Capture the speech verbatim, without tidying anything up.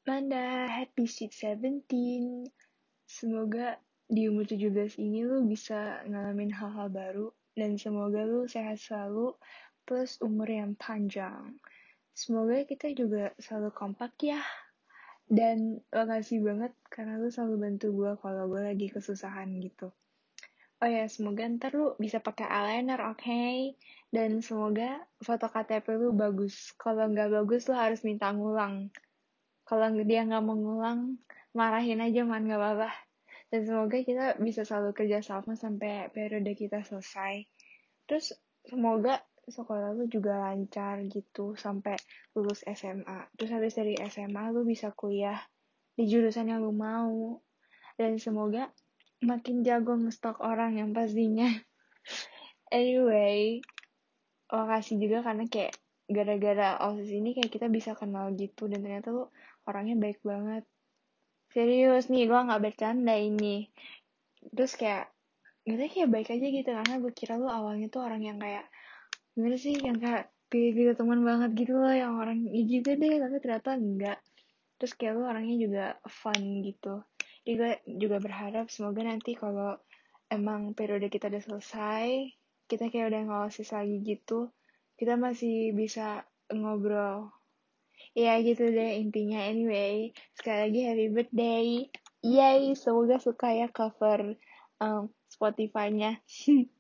Manda, happy sweet seventeen. Semoga di umur tujuh belas ini lu bisa ngalamin hal-hal baru. Dan semoga lu sehat selalu, plus umur yang panjang. Semoga kita juga selalu kompak ya. Dan makasih banget karena lu selalu bantu gue kalau gue lagi kesusahan gitu. Oh ya, semoga ntar lu bisa pakai eyeliner, oke? Okay? Dan semoga foto K T P lu bagus. Kalau nggak bagus, lu harus minta ngulang. Kalau dia nggak mau ngulang, marahin aja man, nggak apa-apa. Dan semoga kita bisa selalu kerja sama sampai periode kita selesai. Terus semoga sekolah lu juga lancar gitu sampai lulus S M A. Terus habis dari S M A lu bisa kuliah di jurusan yang lu mau. Dan semoga makin jago ngestok orang yang pastinya. Anyway, makasih juga karena kayak gara-gara OSIS ini kayak kita bisa kenal gitu. Dan ternyata lu orangnya baik banget. Serius nih, gue gak bercanda ini. Terus kayak, gitu kayak baik aja gitu. Karena gue kira lu awalnya tuh orang yang kayak, gimana sih, yang kayak pilih-pilih teman banget gitu loh. Yang orang, ya gitu deh, tapi ternyata enggak. Terus kayak lu orangnya juga fun gitu. Jadi gue juga berharap semoga nanti kalau emang periode kita udah selesai, kita kayak udah gak osis lagi gitu, kita masih bisa ngobrol. Ya gitu deh intinya. Anyway, sekali lagi happy birthday. Yay, semoga suka ya cover um, Spotify-nya.